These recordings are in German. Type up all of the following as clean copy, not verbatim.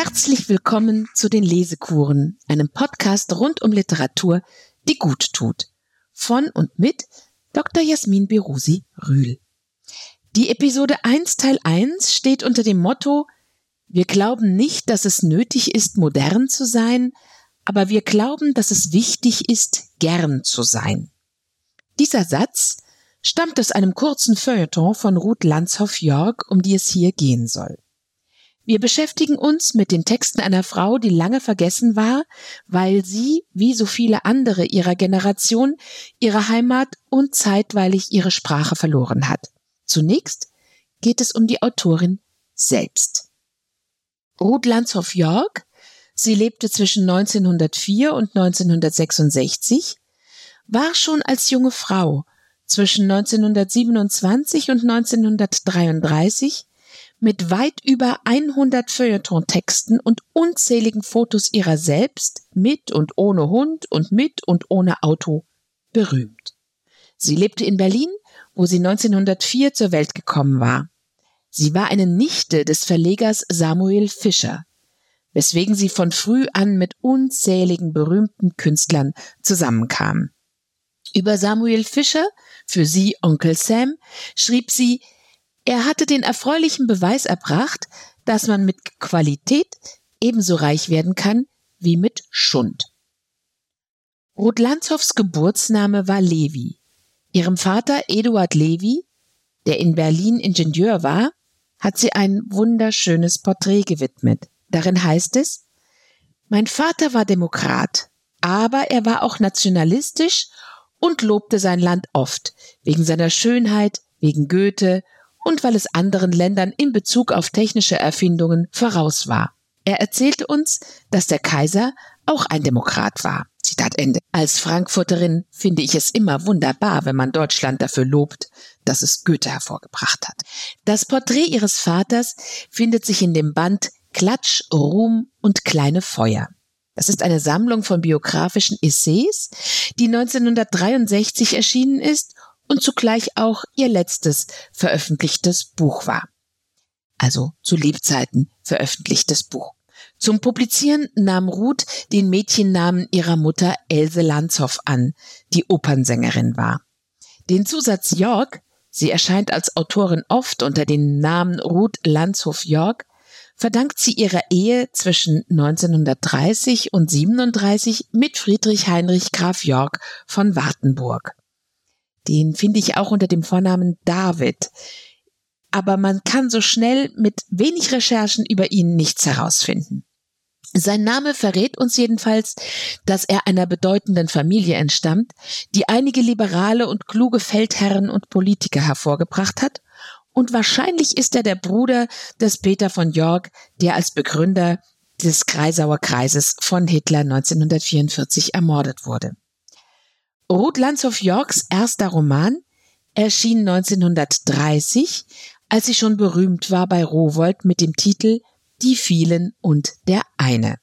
Herzlich willkommen zu den Lesekuren, einem Podcast rund um Literatur, die gut tut. Von und mit Dr. Jasmin Berusi-Rühl. Die Episode 1 Teil 1 steht unter dem Motto: Wir glauben nicht, dass es nötig ist, modern zu sein, aber wir glauben, dass es wichtig ist, gern zu sein. Dieser Satz stammt aus einem kurzen Feuilleton von Ruth Lanzhoff-York, um die es hier gehen soll. Wir beschäftigen uns mit den Texten einer Frau, die lange vergessen war, weil sie, wie so viele andere ihrer Generation, ihre Heimat und zeitweilig ihre Sprache verloren hat. Zunächst geht es um die Autorin selbst. Ruth Lanzhoff-York, sie lebte zwischen 1904 und 1966, war schon als junge Frau zwischen 1927 und 1933 mit weit über 100 Feuilleton-Texten und unzähligen Fotos ihrer selbst, mit und ohne Hund und mit und ohne Auto, berühmt. Sie lebte in Berlin, wo sie 1904 zur Welt gekommen war. Sie war eine Nichte des Verlegers Samuel Fischer, weswegen sie von früh an mit unzähligen berühmten Künstlern zusammenkam. Über Samuel Fischer, für sie Onkel Sam, schrieb sie: Er hatte den erfreulichen Beweis erbracht, dass man mit Qualität ebenso reich werden kann wie mit Schund. Ruth Lanzhoffs Geburtsname war Levi. Ihrem Vater Eduard Levi, der in Berlin Ingenieur war, hat sie ein wunderschönes Porträt gewidmet. Darin heißt es: Mein Vater war Demokrat, aber er war auch nationalistisch und lobte sein Land oft, wegen seiner Schönheit, wegen Goethe und weil es anderen Ländern in Bezug auf technische Erfindungen voraus war. Er erzählte uns, dass der Kaiser auch ein Demokrat war. Zitat Ende. Als Frankfurterin finde ich es immer wunderbar, wenn man Deutschland dafür lobt, dass es Goethe hervorgebracht hat. Das Porträt ihres Vaters findet sich in dem Band Klatsch, Ruhm und kleine Feuer. Das ist eine Sammlung von biografischen Essays, die 1963 erschienen ist und zugleich auch ihr letztes veröffentlichtes Buch war. Also zu Lebzeiten veröffentlichtes Buch. Zum Publizieren nahm Ruth den Mädchennamen ihrer Mutter Else Lanzhoff an, die Opernsängerin war. Den Zusatz York, sie erscheint als Autorin oft unter dem Namen Ruth Lanzhoff-York, verdankt sie ihrer Ehe zwischen 1930 und 37 mit Friedrich Heinrich Graf York von Wartenburg. Den finde ich auch unter dem Vornamen David. Aber man kann so schnell mit wenig Recherchen über ihn nichts herausfinden. Sein Name verrät uns jedenfalls, dass er einer bedeutenden Familie entstammt, die einige liberale und kluge Feldherren und Politiker hervorgebracht hat, und wahrscheinlich ist er der Bruder des Peter von York, der als Begründer des Kreisauer Kreises von Hitler 1944 ermordet wurde. Ruth Lanzhoff-Yorks erster Roman erschien 1930, als sie schon berühmt war bei Rowohlt mit dem Titel Die vielen und der eine.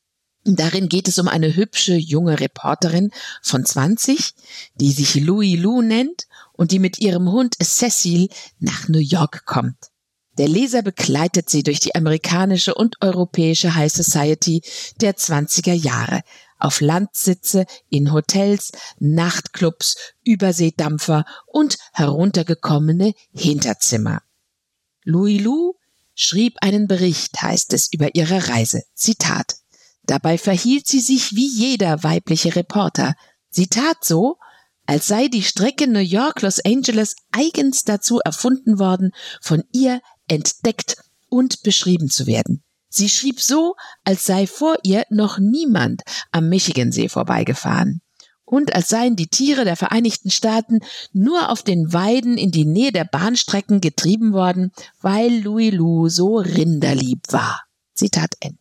Darin geht es um eine hübsche junge Reporterin von 20, die sich Louis Lou nennt und die mit ihrem Hund Cecil nach New York kommt. Der Leser begleitet sie durch die amerikanische und europäische High Society der 20er Jahre, auf Landsitze, in Hotels, Nachtclubs, Überseedampfer und heruntergekommene Hinterzimmer. Louis Lou schrieb einen Bericht, heißt es, über ihre Reise. Zitat: Dabei verhielt sie sich wie jeder weibliche Reporter. Sie tat so, als sei die Strecke New York-Los Angeles eigens dazu erfunden worden, von ihr entdeckt und beschrieben zu werden. Sie schrieb so, als sei vor ihr noch niemand am Michigansee vorbeigefahren und als seien die Tiere der Vereinigten Staaten nur auf den Weiden in die Nähe der Bahnstrecken getrieben worden, weil Louis Lou so rinderlieb war. Zitat Ende.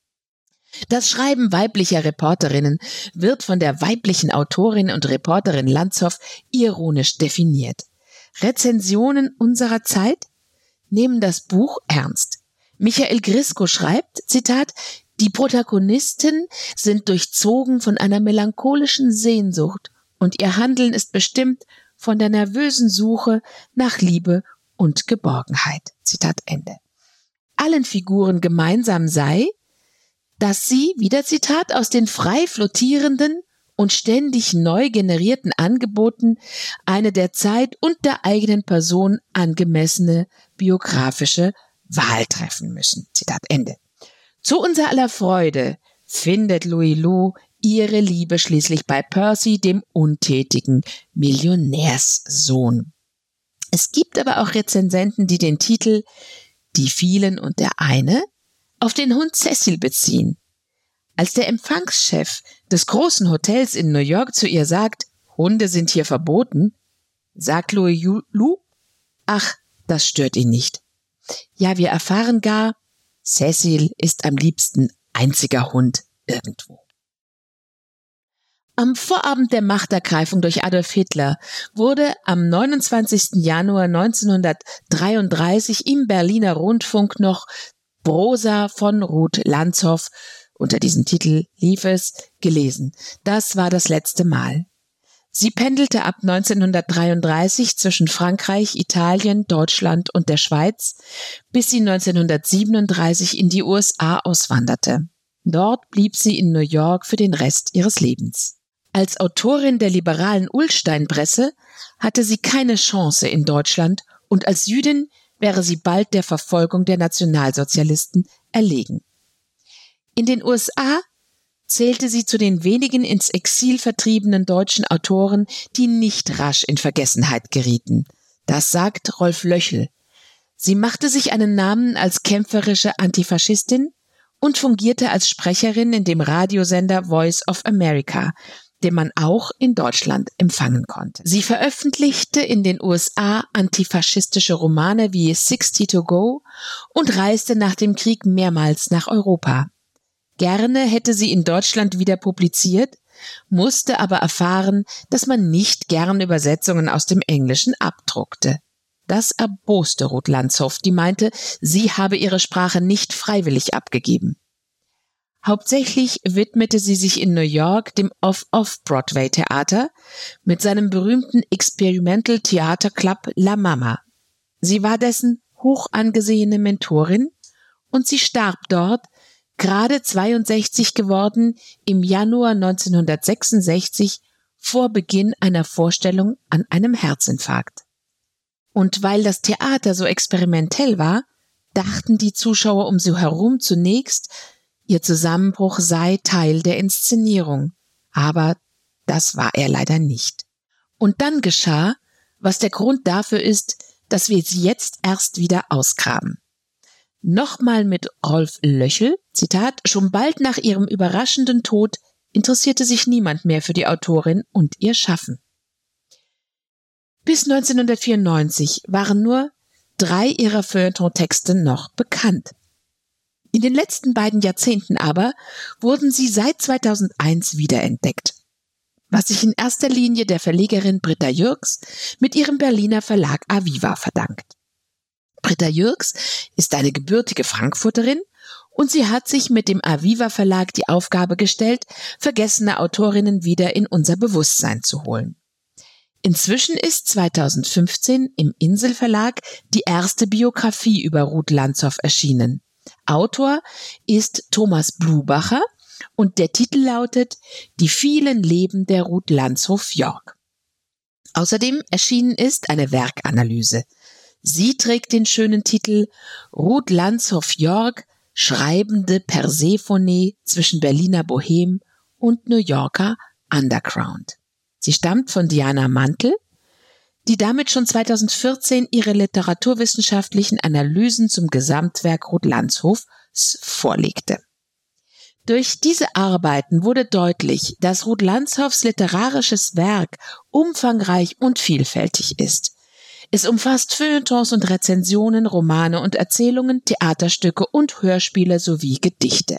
Das Schreiben weiblicher Reporterinnen wird von der weiblichen Autorin und Reporterin Lanzhoff ironisch definiert. Rezensionen unserer Zeit nehmen das Buch ernst. Michael Grisko schreibt, Zitat: Die Protagonisten sind durchzogen von einer melancholischen Sehnsucht und ihr Handeln ist bestimmt von der nervösen Suche nach Liebe und Geborgenheit. Zitat Ende. Allen Figuren gemeinsam sei, dass sie, wieder Zitat, aus den frei flottierenden und ständig neu generierten Angeboten eine der Zeit und der eigenen Person angemessene biografische Wahl treffen müssen. Zitat Ende. Zu unser aller Freude findet Louis Lou ihre Liebe schließlich bei Percy, dem untätigen Millionärssohn. Es gibt aber auch Rezensenten, die den Titel »Die vielen und der eine« auf den Hund Cecil beziehen. Als der Empfangschef des großen Hotels in New York zu ihr sagt, Hunde sind hier verboten, sagt Louis Lou, ach, das stört ihn nicht. Ja, wir erfahren gar, Cecil ist am liebsten einziger Hund irgendwo. Am Vorabend der Machtergreifung durch Adolf Hitler wurde am 29. Januar 1933 im Berliner Rundfunk noch Prosa von Ruth Lanzhoff, unter diesem Titel lief es, gelesen. Das war das letzte Mal. Sie pendelte ab 1933 zwischen Frankreich, Italien, Deutschland und der Schweiz, bis sie 1937 in die USA auswanderte. Dort blieb sie in New York für den Rest ihres Lebens. Als Autorin der liberalen Ullstein-Presse hatte sie keine Chance in Deutschland und als Jüdin wäre sie bald der Verfolgung der Nationalsozialisten erlegen. In den USA zählte sie zu den wenigen ins Exil vertriebenen deutschen Autoren, die nicht rasch in Vergessenheit gerieten. Das sagt Rolf Löchel. Sie machte sich einen Namen als kämpferische Antifaschistin und fungierte als Sprecherin in dem Radiosender Voice of America, den man auch in Deutschland empfangen konnte. Sie veröffentlichte in den USA antifaschistische Romane wie 60 to Go und reiste nach dem Krieg mehrmals nach Europa. Gerne hätte sie in Deutschland wieder publiziert, musste aber erfahren, dass man nicht gern Übersetzungen aus dem Englischen abdruckte. Das erboste Ruth Lanzhoff, die meinte, sie habe ihre Sprache nicht freiwillig abgegeben. Hauptsächlich widmete sie sich in New York dem Off-Broadway-Theater mit seinem berühmten Experimental Theater Club La Mama. Sie war dessen hoch angesehene Mentorin und sie starb dort, gerade 62 geworden, im Januar 1966 vor Beginn einer Vorstellung an einem Herzinfarkt. Und weil das Theater so experimentell war, dachten die Zuschauer um sie herum zunächst, ihr Zusammenbruch sei Teil der Inszenierung. Aber das war er leider nicht. Und dann geschah, was der Grund dafür ist, dass wir sie jetzt erst wieder ausgraben. Nochmal mit Rolf Löchel, Zitat, schon bald nach ihrem überraschenden Tod interessierte sich niemand mehr für die Autorin und ihr Schaffen. Bis 1994 waren nur 3 ihrer Feuilleton-Texte noch bekannt. In den letzten beiden Jahrzehnten aber wurden sie seit 2001 wiederentdeckt, was sich in erster Linie der Verlegerin Britta Jürgs mit ihrem Berliner Verlag Aviva verdankt. Britta Jürgs ist eine gebürtige Frankfurterin und sie hat sich mit dem Aviva Verlag die Aufgabe gestellt, vergessene Autorinnen wieder in unser Bewusstsein zu holen. Inzwischen ist 2015 im Insel Verlag die erste Biografie über Ruth Lanzhoff erschienen. Autor ist Thomas Blubacher und der Titel lautet »Die vielen Leben der Ruth Lanzhoff York«. Außerdem erschienen ist eine Werkanalyse. Sie trägt den schönen Titel »Ruth Lanzhoff York, schreibende Persephone zwischen Berliner Bohem und New Yorker Underground«. Sie stammt von Diana Mantel, die damit schon 2014 ihre literaturwissenschaftlichen Analysen zum Gesamtwerk Ruth Lanzhoffs vorlegte. Durch diese Arbeiten wurde deutlich, dass Ruth Lanzhoffs literarisches Werk umfangreich und vielfältig ist. Es umfasst Feuilletons und Rezensionen, Romane und Erzählungen, Theaterstücke und Hörspiele sowie Gedichte.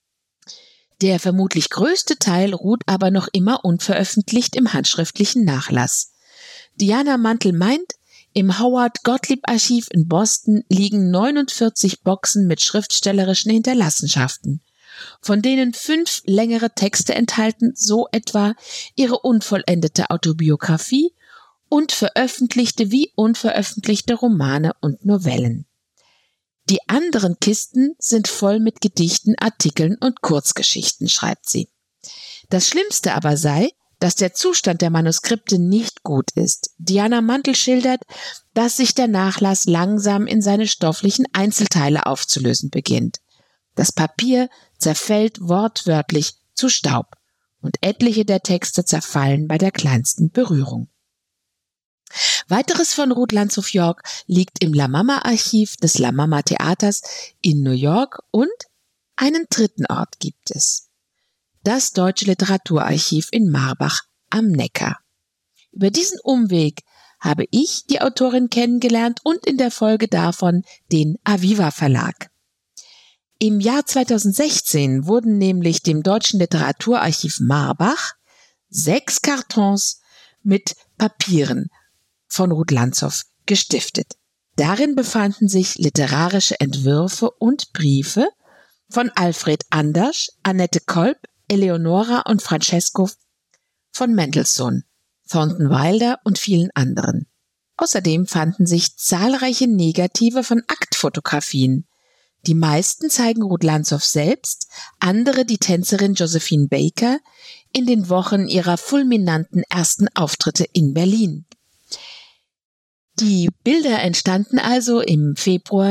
Der vermutlich größte Teil ruht aber noch immer unveröffentlicht im handschriftlichen Nachlass. Diana Mantel meint, im Howard Gottlieb Archiv in Boston liegen 49 Boxen mit schriftstellerischen Hinterlassenschaften, von denen 5 längere Texte enthalten, so etwa ihre unvollendete Autobiografie und veröffentlichte wie unveröffentlichte Romane und Novellen. Die anderen Kisten sind voll mit Gedichten, Artikeln und Kurzgeschichten, schreibt sie. Das Schlimmste aber sei, dass der Zustand der Manuskripte nicht gut ist. Diana Mantel schildert, dass sich der Nachlass langsam in seine stofflichen Einzelteile aufzulösen beginnt. Das Papier zerfällt wortwörtlich zu Staub und etliche der Texte zerfallen bei der kleinsten Berührung. Weiteres von Ruth Lanzow-Yorck liegt im La Mama-Archiv des La Mama Theaters in New York und einen dritten Ort gibt es: das Deutsche Literaturarchiv in Marbach am Neckar. Über diesen Umweg habe ich die Autorin kennengelernt und in der Folge davon den Aviva Verlag. Im Jahr 2016 wurden nämlich dem Deutschen Literaturarchiv Marbach 6 Kartons mit Papieren von Ruth Lanzow gestiftet. Darin befanden sich literarische Entwürfe und Briefe von Alfred Andersch, Annette Kolb, Eleonora und Francesco von Mendelssohn, Thornton Wilder und vielen anderen. Außerdem fanden sich zahlreiche Negative von Aktfotografien. Die meisten zeigen Ruth Lanzow selbst, andere die Tänzerin Josephine Baker in den Wochen ihrer fulminanten ersten Auftritte in Berlin. Die Bilder entstanden also im Februar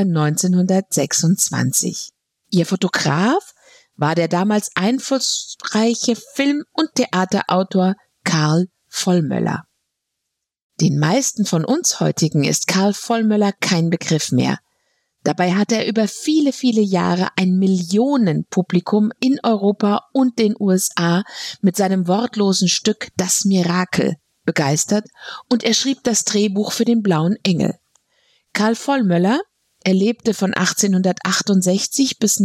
1926. Ihr Fotograf war der damals einflussreiche Film- und Theaterautor Karl Vollmöller. Den meisten von uns heutigen ist Karl Vollmöller kein Begriff mehr. Dabei hat er über viele, viele Jahre ein Millionenpublikum in Europa und den USA mit seinem wortlosen Stück Das Mirakel begeistert und er schrieb das Drehbuch für den Blauen Engel. Karl Vollmöller, er lebte von 1868 bis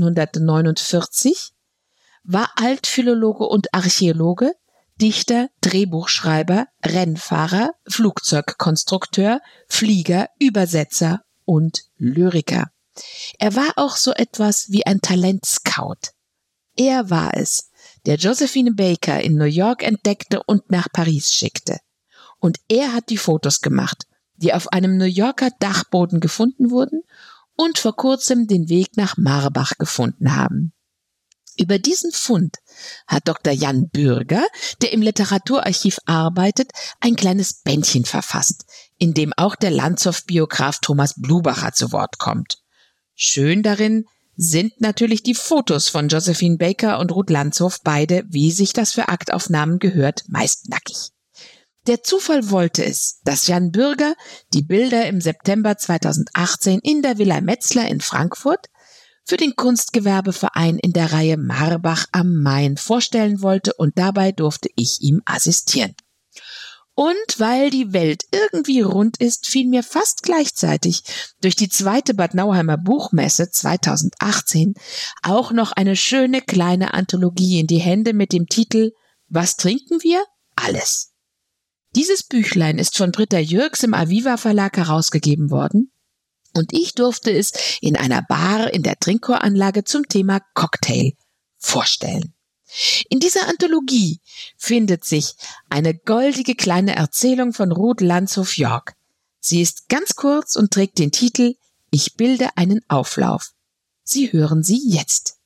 1949, war Altphilologe und Archäologe, Dichter, Drehbuchschreiber, Rennfahrer, Flugzeugkonstrukteur, Flieger, Übersetzer und Lyriker. Er war auch so etwas wie ein Talentscout. Er war es, der Josephine Baker in New York entdeckte und nach Paris schickte. Und er hat die Fotos gemacht, die auf einem New Yorker Dachboden gefunden wurden und vor kurzem den Weg nach Marbach gefunden haben. Über diesen Fund hat Dr. Jan Bürger, der im Literaturarchiv arbeitet, ein kleines Bändchen verfasst, in dem auch der Lanzow-Biograf Thomas Blubacher zu Wort kommt. Schön darin sind natürlich die Fotos von Josephine Baker und Ruth Lanzow, beide, wie sich das für Aktaufnahmen gehört, meist nackig. Der Zufall wollte es, dass Jan Bürger die Bilder im September 2018 in der Villa Metzler in Frankfurt für den Kunstgewerbeverein in der Reihe Marbach am Main vorstellen wollte und dabei durfte ich ihm assistieren. Und weil die Welt irgendwie rund ist, fiel mir fast gleichzeitig durch die 2. Bad Nauheimer Buchmesse 2018 auch noch eine schöne kleine Anthologie in die Hände mit dem Titel »Was trinken wir? Alles«. Dieses Büchlein ist von Britta Jürgs im Aviva Verlag herausgegeben worden und ich durfte es in einer Bar in der Trinkchoranlage zum Thema Cocktail vorstellen. In dieser Anthologie findet sich eine goldige kleine Erzählung von Ruth Lanzow-Yorck. Sie ist ganz kurz und trägt den Titel »Ich bilde einen Auflauf«. Sie hören sie jetzt.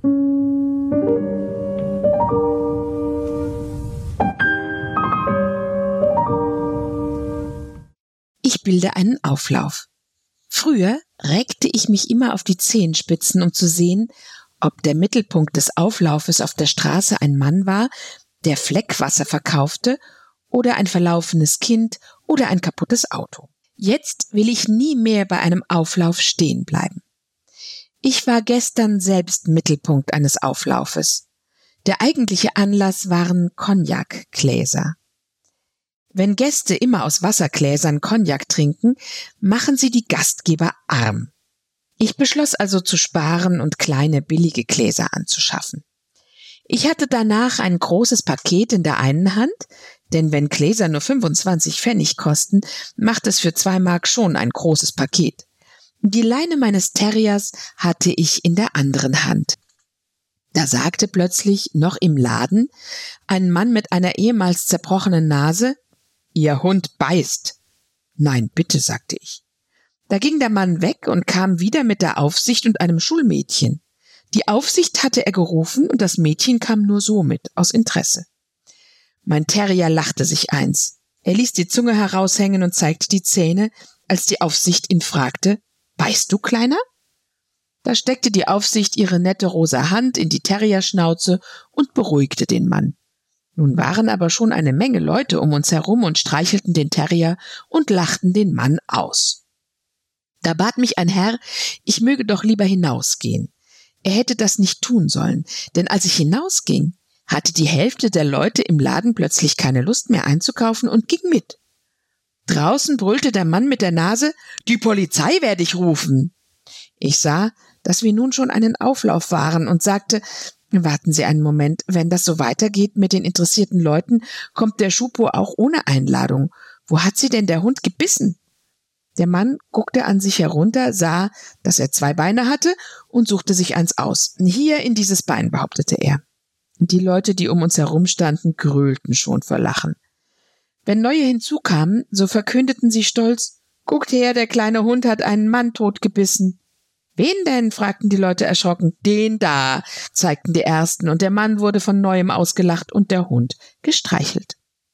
Ich bilde einen Auflauf. Früher reckte ich mich immer auf die Zehenspitzen, um zu sehen, ob der Mittelpunkt des Auflaufes auf der Straße ein Mann war, der Fleckwasser verkaufte, oder ein verlaufenes Kind oder ein kaputtes Auto. Jetzt will ich nie mehr bei einem Auflauf stehen bleiben. Ich war gestern selbst Mittelpunkt eines Auflaufes. Der eigentliche Anlass waren Cognac-Gläser. Wenn Gäste immer aus Wassergläsern Cognac trinken, machen sie die Gastgeber arm. Ich beschloss also zu sparen und kleine billige Gläser anzuschaffen. Ich hatte danach ein großes Paket in der einen Hand, denn wenn Gläser nur 25 Pfennig kosten, macht es für 2 Mark schon ein großes Paket. Die Leine meines Terriers hatte ich in der anderen Hand. Da sagte plötzlich, noch im Laden, ein Mann mit einer ehemals zerbrochenen Nase: »Ihr Hund beißt.« »Nein, bitte«, sagte ich. Da ging der Mann weg und kam wieder mit der Aufsicht und einem Schulmädchen. Die Aufsicht hatte er gerufen und das Mädchen kam nur so mit, aus Interesse. Mein Terrier lachte sich eins. Er ließ die Zunge heraushängen und zeigte die Zähne, als die Aufsicht ihn fragte, »Beißt du, Kleiner?« Da steckte die Aufsicht ihre nette rosa Hand in die Terrierschnauze und beruhigte den Mann. Nun waren aber schon eine Menge Leute um uns herum und streichelten den Terrier und lachten den Mann aus. Da bat mich ein Herr, ich möge doch lieber hinausgehen. Er hätte das nicht tun sollen, denn als ich hinausging, hatte die Hälfte der Leute im Laden plötzlich keine Lust mehr einzukaufen und ging mit. Draußen brüllte der Mann mit der Nase, »Die Polizei werde ich rufen!« Ich sah, dass wir nun schon einen Auflauf waren und sagte, »Warten Sie einen Moment, wenn das so weitergeht mit den interessierten Leuten, kommt der Schupo auch ohne Einladung. Wo hat sie denn der Hund gebissen?« Der Mann guckte an sich herunter, sah, dass er 2 Beine hatte und suchte sich eins aus. »Hier in dieses Bein«, behauptete er. Die Leute, die um uns herum standen, gröhlten schon vor Lachen. Wenn Neue hinzukamen, so verkündeten sie stolz, »Guckt her, der kleine Hund hat einen Mann totgebissen.« »Wen denn?« fragten die Leute erschrocken. »Den da«, zeigten die Ersten, und der Mann wurde von Neuem ausgelacht und der Hund gestreichelt.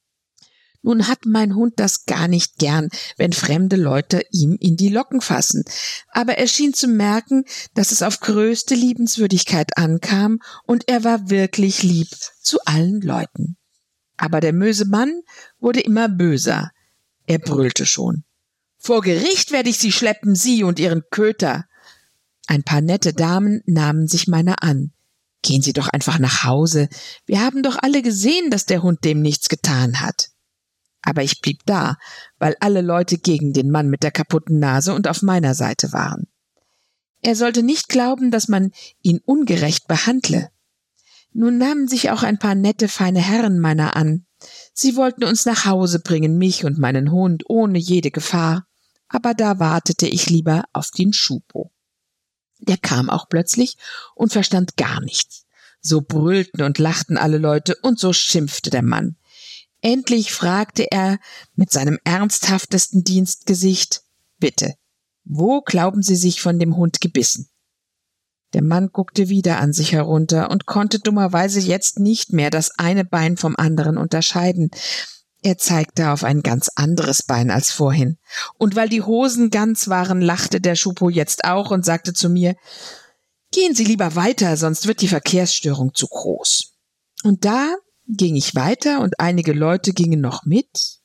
Nun hat mein Hund das gar nicht gern, wenn fremde Leute ihm in die Locken fassen, aber er schien zu merken, dass es auf größte Liebenswürdigkeit ankam, und er war wirklich lieb zu allen Leuten. Aber der böse Mann wurde immer böser. Er brüllte schon. »Vor Gericht werde ich Sie schleppen, Sie und Ihren Köter!« Ein paar nette Damen nahmen sich meiner an. »Gehen Sie doch einfach nach Hause. Wir haben doch alle gesehen, dass der Hund dem nichts getan hat.« Aber ich blieb da, weil alle Leute gegen den Mann mit der kaputten Nase und auf meiner Seite waren. Er sollte nicht glauben, dass man ihn ungerecht behandle. Nun nahmen sich auch ein paar nette, feine Herren meiner an. Sie wollten uns nach Hause bringen, mich und meinen Hund, ohne jede Gefahr. Aber da wartete ich lieber auf den Schupo. Der kam auch plötzlich und verstand gar nichts. So brüllten und lachten alle Leute und so schimpfte der Mann. Endlich fragte er mit seinem ernsthaftesten Dienstgesicht, »Bitte, wo glauben Sie sich von dem Hund gebissen?« Der Mann guckte wieder an sich herunter und konnte dummerweise jetzt nicht mehr das eine Bein vom anderen unterscheiden. Er zeigte auf ein ganz anderes Bein als vorhin. Und weil die Hosen ganz waren, lachte der Schupo jetzt auch und sagte zu mir, »Gehen Sie lieber weiter, sonst wird die Verkehrsstörung zu groß.« Und da ging ich weiter und einige Leute gingen noch mit.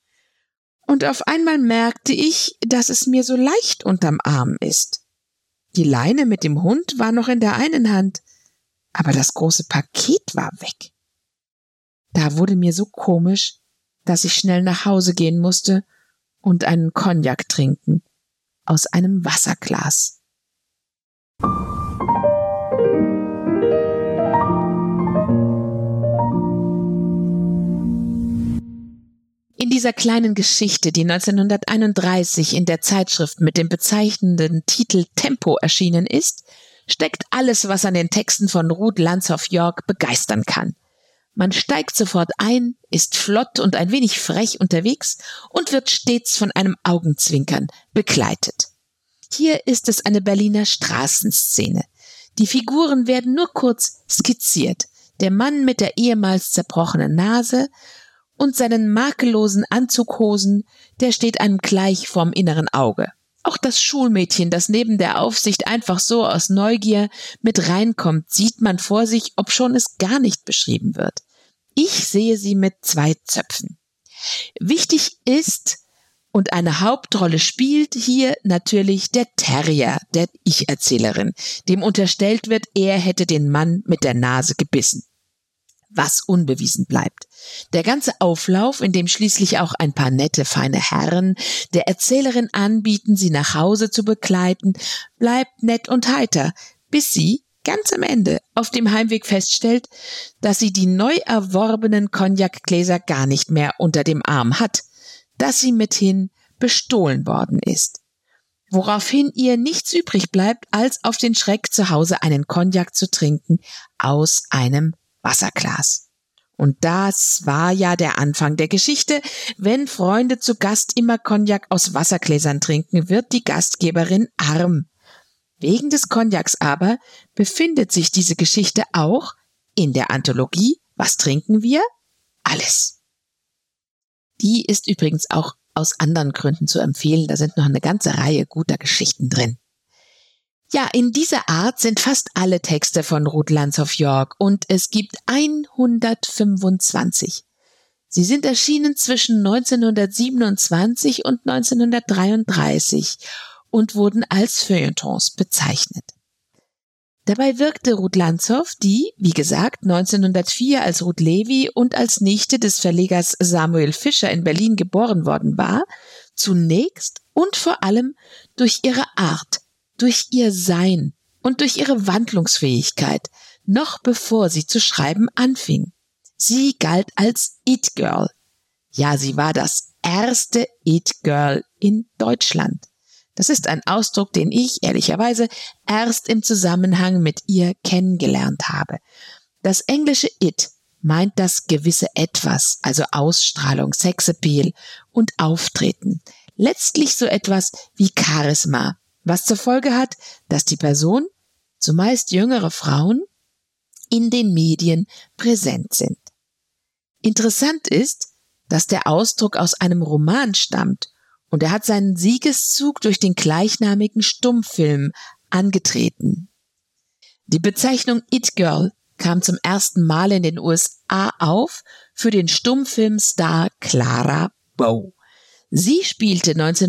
Und auf einmal merkte ich, dass es mir so leicht unterm Arm ist. Die Leine mit dem Hund war noch in der einen Hand, aber das große Paket war weg. Da wurde mir so komisch, dass ich schnell nach Hause gehen musste und einen Cognac trinken aus einem Wasserglas. In dieser kleinen Geschichte, die 1931 in der Zeitschrift mit dem bezeichnenden Titel Tempo erschienen ist, steckt alles, was an den Texten von Ruth Landshoff-Yorck begeistern kann. Man steigt sofort ein, ist flott und ein wenig frech unterwegs und wird stets von einem Augenzwinkern begleitet. Hier ist es eine Berliner Straßenszene. Die Figuren werden nur kurz skizziert. Der Mann mit der ehemals zerbrochenen Nase und seinen makellosen Anzughosen, der steht einem gleich vorm inneren Auge. Auch das Schulmädchen, das neben der Aufsicht einfach so aus Neugier mit reinkommt, sieht man vor sich, obschon es gar nicht beschrieben wird. Ich sehe sie mit 2 Zöpfen. Wichtig ist und eine Hauptrolle spielt hier natürlich der Terrier, der Ich-Erzählerin, dem unterstellt wird, er hätte den Mann mit der Nase gebissen. Was unbewiesen bleibt. Der ganze Auflauf, in dem schließlich auch ein paar nette, feine Herren der Erzählerin anbieten, sie nach Hause zu begleiten, bleibt nett und heiter, bis sie, ganz am Ende, auf dem Heimweg feststellt, dass sie die neu erworbenen Cognacgläser gar nicht mehr unter dem Arm hat, dass sie mithin bestohlen worden ist. Woraufhin ihr nichts übrig bleibt, als auf den Schreck zu Hause einen Cognac zu trinken aus einem Wasserglas. Und das war ja der Anfang der Geschichte. Wenn Freunde zu Gast immer Cognac aus Wassergläsern trinken, wird die Gastgeberin arm. Wegen des Cognacs aber befindet sich diese Geschichte auch in der Anthologie Was trinken wir? Alles. Die ist übrigens auch aus anderen Gründen zu empfehlen. Da sind noch eine ganze Reihe guter Geschichten drin. Ja, in dieser Art sind fast alle Texte von Ruth Landshoff-Yorck und es gibt 125. Sie sind erschienen zwischen 1927 und 1933 und wurden als Feuilletons bezeichnet. Dabei wirkte Ruth Landshoff, die, wie gesagt, 1904 als Ruth Levi und als Nichte des Verlegers Samuel Fischer in Berlin geboren worden war, zunächst und vor allem durch ihre Art, durch ihr Sein und durch ihre Wandlungsfähigkeit, noch bevor sie zu schreiben anfing. Sie galt als It-Girl. Ja, sie war das erste It-Girl in Deutschland. Das ist ein Ausdruck, den ich ehrlicherweise erst im Zusammenhang mit ihr kennengelernt habe. Das englische It meint das gewisse Etwas, also Ausstrahlung, Sexappeal und Auftreten. Letztlich so etwas wie Charisma, was zur Folge hat, dass die Person, zumeist jüngere Frauen, in den Medien präsent sind. Interessant ist, dass der Ausdruck aus einem Roman stammt und er hat seinen Siegeszug durch den gleichnamigen Stummfilm angetreten. Die Bezeichnung It Girl kam zum ersten Mal in den USA auf für den Stummfilmstar Clara Bow. Sie spielte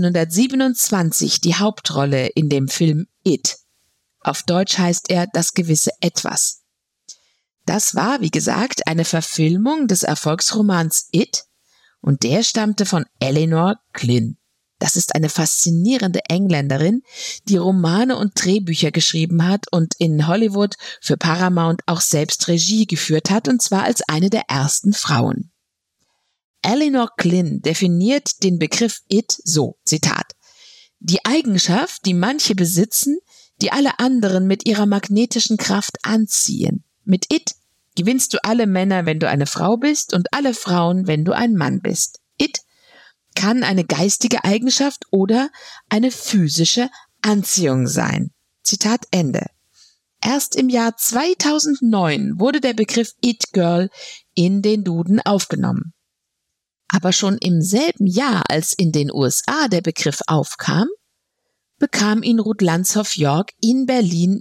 1927 die Hauptrolle in dem Film It. Auf Deutsch heißt er Das gewisse Etwas. Das war, wie gesagt, eine Verfilmung des Erfolgsromans It und der stammte von Eleanor Glyn. Das ist eine faszinierende Engländerin, die Romane und Drehbücher geschrieben hat und in Hollywood für Paramount auch selbst Regie geführt hat, und zwar als eine der ersten Frauen. Eleanor Glyn definiert den Begriff It so, Zitat, die Eigenschaft, die manche besitzen, die alle anderen mit ihrer magnetischen Kraft anziehen. Mit It gewinnst du alle Männer, wenn du eine Frau bist, und alle Frauen, wenn du ein Mann bist. It kann eine geistige Eigenschaft oder eine physische Anziehung sein. Zitat Ende. Erst im Jahr 2009 wurde der Begriff It Girl in den Duden aufgenommen. Aber schon im selben Jahr, als in den USA der Begriff aufkam, bekam ihn Ruth Landshoff-Yorck in Berlin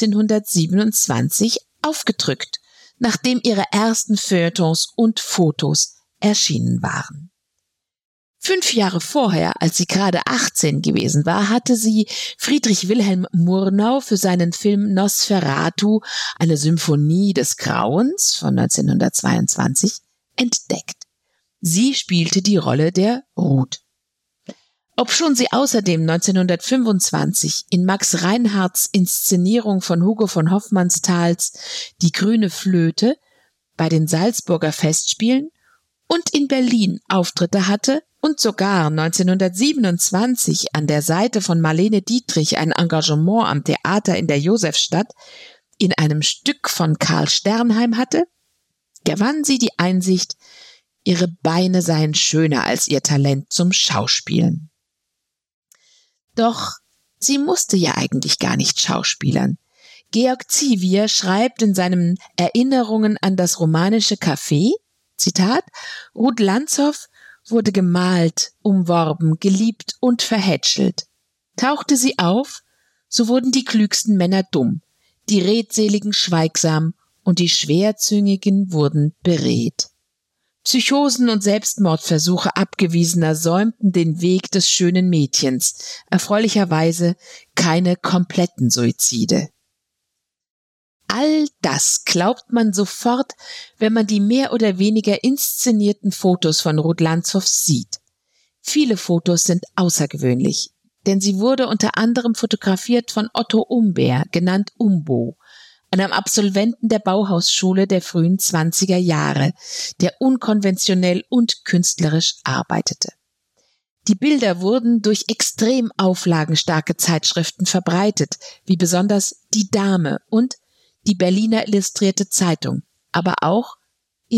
1927 aufgedrückt, nachdem ihre ersten Feuilletons und Fotos erschienen waren. 5 Jahre vorher, als sie gerade 18 gewesen war, hatte sie Friedrich Wilhelm Murnau für seinen Film Nosferatu, eine Symphonie des Grauens von 1922, entdeckt. Sie spielte die Rolle der Ruth. Obschon sie außerdem 1925 in Max Reinhardts Inszenierung von Hugo von Hofmannsthals Die grüne Flöte bei den Salzburger Festspielen und in Berlin Auftritte hatte und sogar 1927 an der Seite von Marlene Dietrich ein Engagement am Theater in der Josefstadt in einem Stück von Karl Sternheim hatte, gewann sie die Einsicht, ihre Beine seien schöner als ihr Talent zum Schauspielen. Doch sie musste ja eigentlich gar nicht schauspielern. Georg Zivier schreibt in seinen Erinnerungen an das romanische Café, Zitat, Ruth Landshoff wurde gemalt, umworben, geliebt und verhätschelt. Tauchte sie auf, so wurden die klügsten Männer dumm, die Redseligen schweigsam und die Schwerzüngigen wurden beredt. Psychosen und Selbstmordversuche Abgewiesener säumten den Weg des schönen Mädchens, erfreulicherweise keine kompletten Suizide. All das glaubt man sofort, wenn man die mehr oder weniger inszenierten Fotos von Ruth Landshoff sieht. Viele Fotos sind außergewöhnlich, denn sie wurde unter anderem fotografiert von Otto Umbeer, genannt Umbo, einem Absolventen der Bauhausschule der frühen 20er Jahre, der unkonventionell und künstlerisch arbeitete. Die Bilder wurden durch extrem auflagenstarke Zeitschriften verbreitet, wie besonders Die Dame und die Berliner Illustrierte Zeitung, aber auch in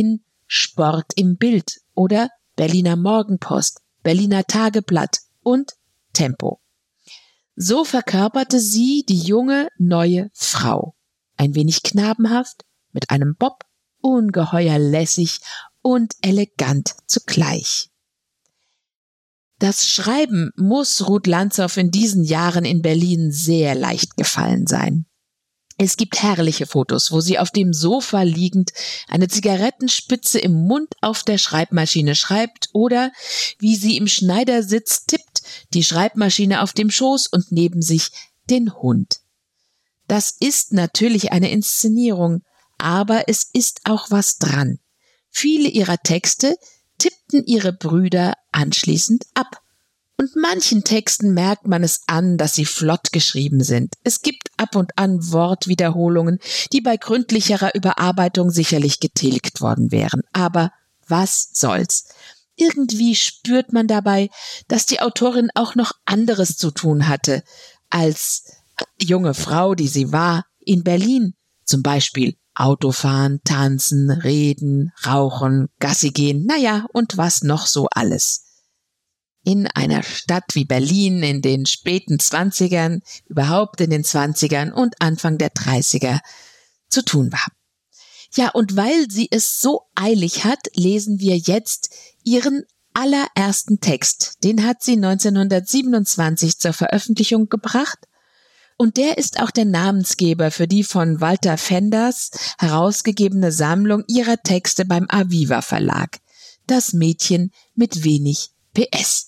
Sport im Bild oder Berliner Morgenpost, Berliner Tageblatt und Tempo. So verkörperte sie die junge, neue Frau. Ein wenig knabenhaft, mit einem Bob, ungeheuer lässig und elegant zugleich. Das Schreiben muss Ruth Lanzow in diesen Jahren in Berlin sehr leicht gefallen sein. Es gibt herrliche Fotos, wo sie auf dem Sofa liegend eine Zigarettenspitze im Mund auf der Schreibmaschine schreibt oder wie sie im Schneidersitz tippt, die Schreibmaschine auf dem Schoß und neben sich den Hund. Das ist natürlich eine Inszenierung, aber es ist auch was dran. Viele ihrer Texte tippten ihre Brüder anschließend ab. Und manchen Texten merkt man es an, dass sie flott geschrieben sind. Es gibt ab und an Wortwiederholungen, die bei gründlicherer Überarbeitung sicherlich getilgt worden wären. Aber was soll's? Irgendwie spürt man dabei, dass die Autorin auch noch anderes zu tun hatte, als junge Frau, die sie war, in Berlin. Zum Beispiel Autofahren, tanzen, reden, rauchen, Gassi gehen, naja, und was noch so alles. In einer Stadt wie Berlin in den späten 20ern, überhaupt in den 20ern und Anfang der 30er zu tun war. Ja, und weil sie es so eilig hat, lesen wir jetzt ihren allerersten Text. Den hat sie 1927 zur Veröffentlichung gebracht. Und der ist auch der Namensgeber für die von Walter Fenders herausgegebene Sammlung ihrer Texte beim Aviva Verlag. Das Mädchen mit wenig PS.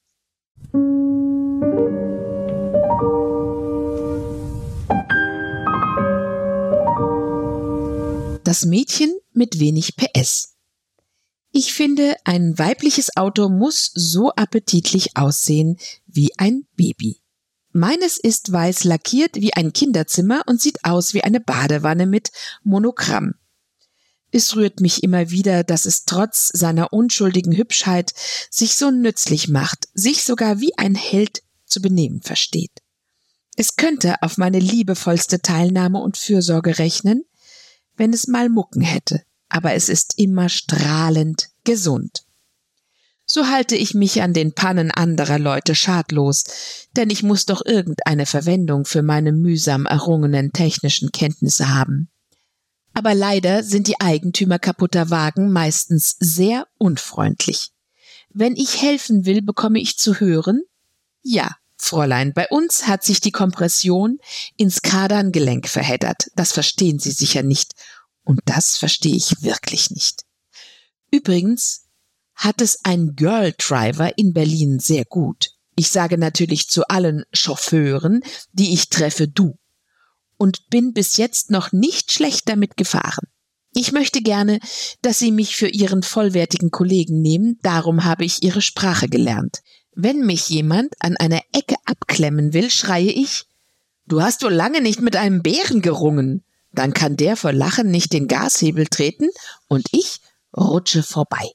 Das Mädchen mit wenig PS. Ich finde, ein weibliches Auto muss so appetitlich aussehen wie ein Baby. Meines ist weiß lackiert wie ein Kinderzimmer und sieht aus wie eine Badewanne mit Monogramm. Es rührt mich immer wieder, dass es trotz seiner unschuldigen Hübschheit sich so nützlich macht, sich sogar wie ein Held zu benehmen versteht. Es könnte auf meine liebevollste Teilnahme und Fürsorge rechnen, wenn es mal Mucken hätte, aber es ist immer strahlend gesund. So halte ich mich an den Pannen anderer Leute schadlos, denn ich muss doch irgendeine Verwendung für meine mühsam errungenen technischen Kenntnisse haben. Aber leider sind die Eigentümer kaputter Wagen meistens sehr unfreundlich. Wenn ich helfen will, bekomme ich zu hören: Ja, Fräulein, bei uns hat sich die Kompression ins Kardangelenk verheddert. Das verstehen Sie sicher nicht. Und das verstehe ich wirklich nicht. Übrigens hat es ein Girl Driver in Berlin sehr gut. Ich sage natürlich zu allen Chauffeuren, die ich treffe, du. Und bin bis jetzt noch nicht schlecht damit gefahren. Ich möchte gerne, dass Sie mich für Ihren vollwertigen Kollegen nehmen, darum habe ich Ihre Sprache gelernt. Wenn mich jemand an einer Ecke abklemmen will, schreie ich: Du hast wohl lange nicht mit einem Bären gerungen. Dann kann der vor Lachen nicht den Gashebel treten und ich rutsche vorbei.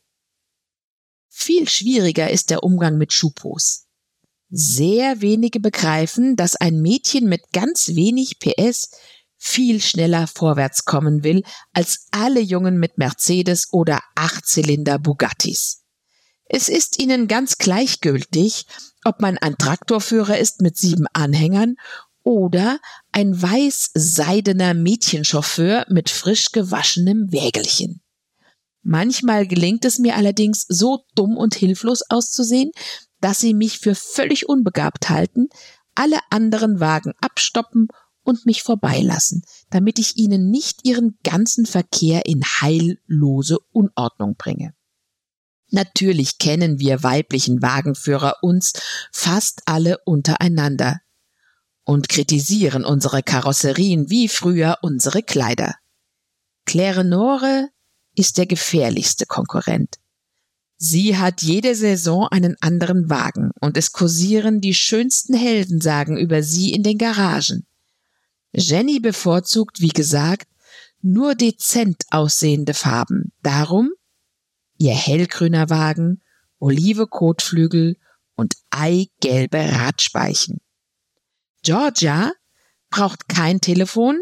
Viel schwieriger ist der Umgang mit Schupos. Sehr wenige begreifen, dass ein Mädchen mit ganz wenig PS viel schneller vorwärts kommen will als alle Jungen mit Mercedes oder 8-Zylinder Bugattis. Es ist ihnen ganz gleichgültig, ob man ein Traktorführer ist mit 7 Anhängern oder ein weiß-seidener Mädchenchauffeur mit frisch gewaschenem Wägelchen. Manchmal gelingt es mir allerdings, so dumm und hilflos auszusehen, dass sie mich für völlig unbegabt halten, alle anderen Wagen abstoppen und mich vorbeilassen, damit ich ihnen nicht ihren ganzen Verkehr in heillose Unordnung bringe. Natürlich kennen wir weiblichen Wagenführer uns fast alle untereinander und kritisieren unsere Karosserien wie früher unsere Kleider. Claire-Nore ist der gefährlichste Konkurrent. Sie hat jede Saison einen anderen Wagen und es kursieren die schönsten Heldensagen über sie in den Garagen. Jenny bevorzugt, wie gesagt, nur dezent aussehende Farben. Darum ihr hellgrüner Wagen, olive Kotflügel und eigelbe Radspeichen. Georgia braucht kein Telefon,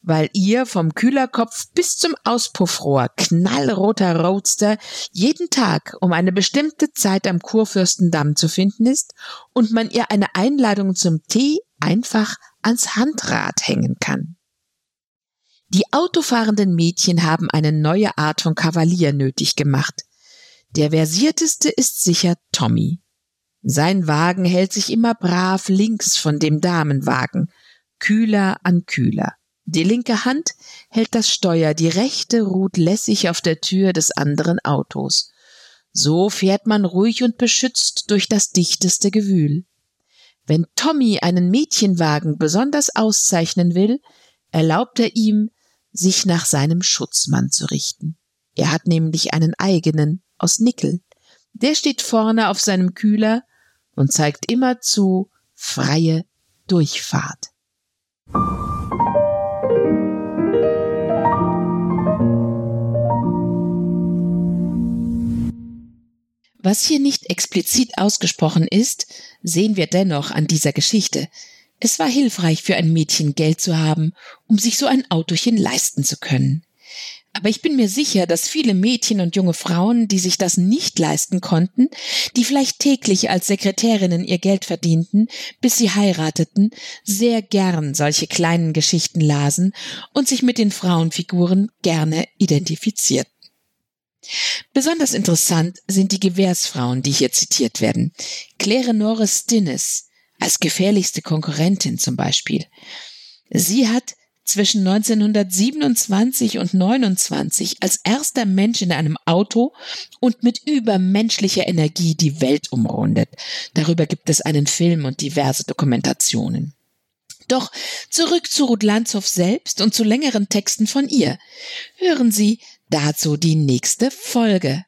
weil ihr vom Kühlerkopf bis zum Auspuffrohr knallroter Roadster jeden Tag um eine bestimmte Zeit am Kurfürstendamm zu finden ist und man ihr eine Einladung zum Tee einfach ans Handrad hängen kann. Die autofahrenden Mädchen haben eine neue Art von Kavalier nötig gemacht. Der versierteste ist sicher Tommy. Sein Wagen hält sich immer brav links von dem Damenwagen, Kühler an Kühler. Die linke Hand hält das Steuer, die rechte ruht lässig auf der Tür des anderen Autos. So fährt man ruhig und beschützt durch das dichteste Gewühl. Wenn Tommy einen Mädchenwagen besonders auszeichnen will, erlaubt er ihm, sich nach seinem Schutzmann zu richten. Er hat nämlich einen eigenen aus Nickel. Der steht vorne auf seinem Kühler und zeigt immerzu freie Durchfahrt. Was hier nicht explizit ausgesprochen ist, sehen wir dennoch an dieser Geschichte. Es war hilfreich für ein Mädchen, Geld zu haben, um sich so ein Autochen leisten zu können. Aber ich bin mir sicher, dass viele Mädchen und junge Frauen, die sich das nicht leisten konnten, die vielleicht täglich als Sekretärinnen ihr Geld verdienten, bis sie heirateten, sehr gern solche kleinen Geschichten lasen und sich mit den Frauenfiguren gerne identifizierten. Besonders interessant sind die Gewährsfrauen, die hier zitiert werden. Claire Norris Stinnes als gefährlichste Konkurrentin zum Beispiel. Sie hat zwischen 1927 und 1929 als erster Mensch in einem Auto und mit übermenschlicher Energie die Welt umrundet. Darüber gibt es einen Film und diverse Dokumentationen. Doch zurück zu Ruth Lanzow selbst und zu längeren Texten von ihr. Hören Sie dazu die nächste Folge.